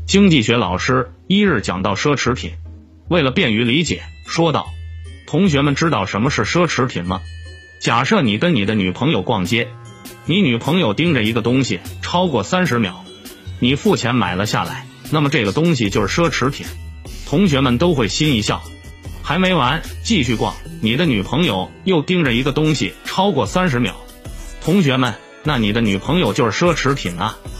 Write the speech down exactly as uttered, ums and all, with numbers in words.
经济学老师一日讲到奢侈品，为了便于理解，说道：同学们知道什么是奢侈品吗？假设你跟你的女朋友逛街，你女朋友盯着一个东西超过三十秒，你付钱买了下来，那么这个东西就是奢侈品。同学们都会心一笑。还没完，继续逛，你的女朋友又盯着一个东西超过三十秒，同学们，那你的女朋友就是奢侈品啊。